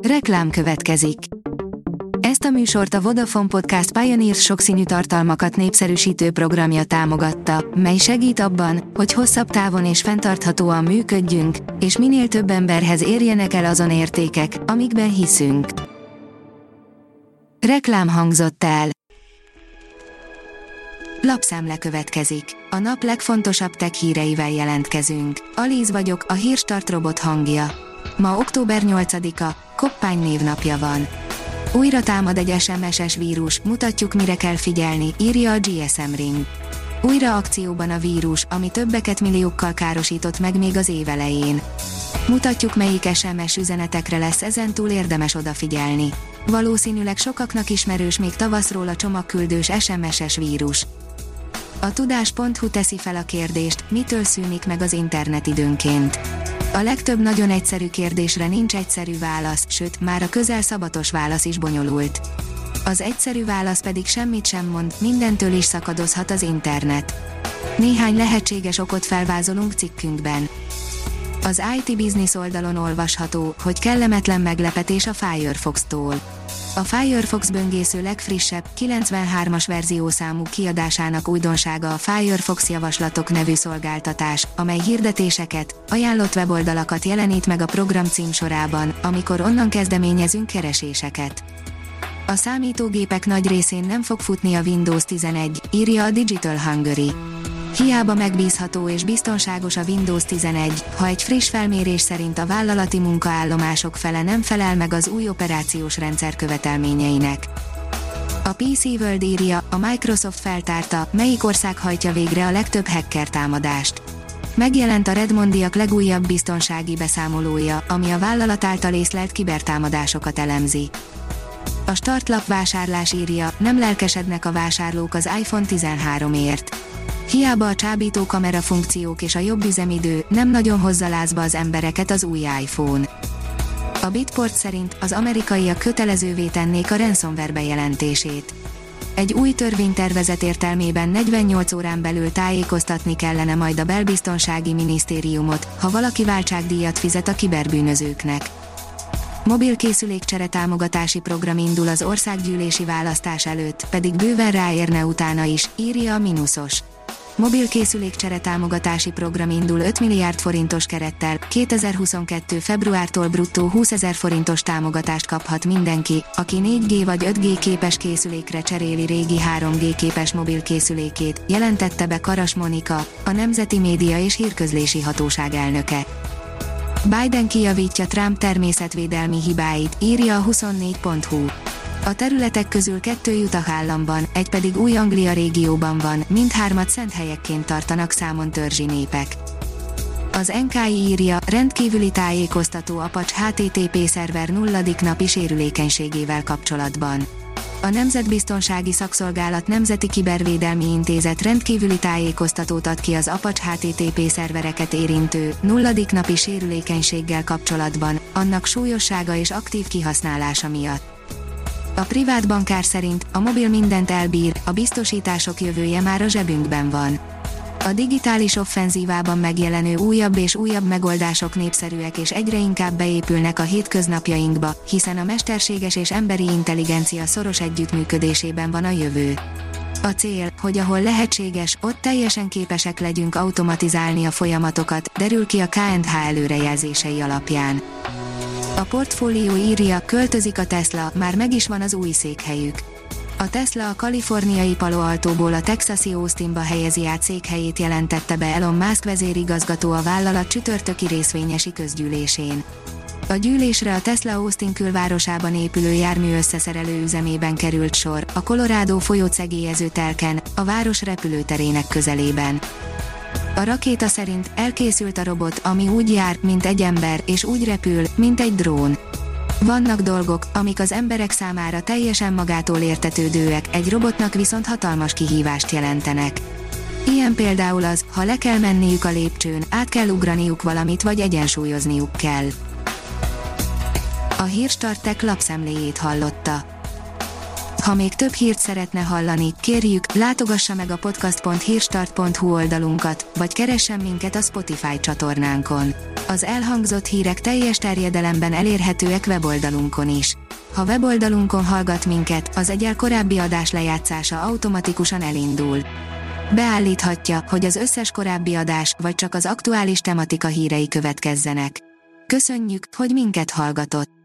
Reklám következik. Ezt a műsort a Vodafone Podcast Pioneers sokszínű tartalmakat népszerűsítő programja támogatta, mely segít abban, hogy hosszabb távon és fenntarthatóan működjünk, és minél több emberhez érjenek el azon értékek, amikben hiszünk. Reklám hangzott el. Lapszemle következik. A nap legfontosabb tech híreivel jelentkezünk. Alíz vagyok, a Hírstart robot hangja. Ma október 8-a, Koppány névnapja van. Újra támad egy SMS-es vírus, mutatjuk, mire kell figyelni, írja a GSM Ring. Újra akcióban a vírus, ami többeket milliókkal károsított meg még az év elején. Mutatjuk, melyik SMS üzenetekre lesz ezentúl érdemes odafigyelni. Valószínűleg sokaknak ismerős még tavaszról a csomagküldős SMS-es vírus. A tudás.hu teszi fel a kérdést, mitől szűnik meg az internet időnként. A legtöbb nagyon egyszerű kérdésre nincs egyszerű válasz, sőt, már a közel szabatos válasz is bonyolult. Az egyszerű válasz pedig semmit sem mond, mindentől is szakadozhat az internet. Néhány lehetséges okot felvázolunk cikkünkben. Az IT Business oldalon olvasható, hogy kellemetlen meglepetés a Firefox-tól. A Firefox böngésző legfrissebb, 93-as verziószámú kiadásának újdonsága a Firefox Javaslatok nevű szolgáltatás, amely hirdetéseket, ajánlott weboldalakat jelenít meg a program címsorában, amikor onnan kezdeményezünk kereséseket. A számítógépek nagy részén nem fog futni a Windows 11, írja a Digital Hungary. Hiába megbízható és biztonságos a Windows 11, ha egy friss felmérés szerint a vállalati munkaállomások fele nem felel meg az új operációs rendszer követelményeinek. A PC World írja, a Microsoft feltárta, melyik ország hajtja végre a legtöbb hacker támadást. Megjelent a Redmondiak legújabb biztonsági beszámolója, ami a vállalat által észlelt kibertámadásokat elemzi. A startlap vásárlás írja, nem lelkesednek a vásárlók az iPhone 13-ért. Hiába a csábító kamera funkciók és a jobb üzemidő, nem nagyon hozza lázba az embereket az új iPhone. A Bitport szerint az amerikaiak kötelezővé tennék a ransomware bejelentését. Egy új törvénytervezet értelmében 48 órán belül tájékoztatni kellene majd a belbiztonsági minisztériumot, ha valaki váltságdíjat fizet a kiberbűnözőknek. Mobilkészülékcsere támogatási program indul az országgyűlési választás előtt, pedig bőven ráérne utána is, írja a Minusos. Mobilkészülékcsere támogatási program indul 5 milliárd forintos kerettel, 2022. februártól bruttó 20 000 forintos támogatást kaphat mindenki, aki 4G vagy 5G képes készülékre cseréli régi 3G képes mobilkészülékét, jelentette be Karas Monika, a Nemzeti Média és Hírközlési Hatóság elnöke. Biden kijavítja Trump természetvédelmi hibáit, írja a 24.hu. A területek közül 2 Utah államban, egy pedig Új-Anglia régióban van, mindhármat szent helyekként tartanak számon törzsi népek. Az NKI írja, rendkívüli tájékoztató Apache HTTP szerver 0. napi sérülékenységével kapcsolatban. A Nemzetbiztonsági Szakszolgálat Nemzeti Kibervédelmi Intézet rendkívüli tájékoztatót ad ki az Apache HTTP szervereket érintő 0. napi sérülékenységgel kapcsolatban, annak súlyossága és aktív kihasználása miatt. A privát bankár szerint a mobil mindent elbír, a biztosítások jövője már a zsebünkben van. A digitális offenzívában megjelenő újabb és újabb megoldások népszerűek és egyre inkább beépülnek a hétköznapjainkba, hiszen a mesterséges és emberi intelligencia szoros együttműködésében van a jövő. A cél, hogy ahol lehetséges, ott teljesen képesek legyünk automatizálni a folyamatokat, derül ki a K&H előrejelzései alapján. A Portfólió írja, költözik a Tesla, már meg is van az új székhelyük. A Tesla a kaliforniai Palo Altóból a texasi Austinba helyezi át székhelyét, jelentette be Elon Musk vezérigazgató a vállalat csütörtöki részvényesi közgyűlésén. A gyűlésre a Tesla Austin külvárosában épülő jármű összeszerelő üzemében került sor, a Colorado folyót szegélyező telken, a város repülőterének közelében. A rakéta szerint elkészült a robot, ami úgy jár, mint egy ember, és úgy repül, mint egy drón. Vannak dolgok, amik az emberek számára teljesen magától értetődőek, egy robotnak viszont hatalmas kihívást jelentenek. Ilyen például az, ha le kell menniük a lépcsőn, át kell ugraniuk valamit vagy egyensúlyozniuk kell. A Hírstart Tech lapszemléjét hallotta. Ha még több hírt szeretne hallani, kérjük, látogassa meg a podcast.hírstart.hu oldalunkat, vagy keressen minket a Spotify csatornánkon. A Az elhangzott hírek teljes terjedelemben elérhetőek weboldalunkon is. Ha weboldalunkon hallgat minket, az egyel korábbi adás lejátszása automatikusan elindul. Beállíthatja, hogy az összes korábbi adás, vagy csak az aktuális tematika hírei következzenek. Köszönjük, hogy minket hallgatott!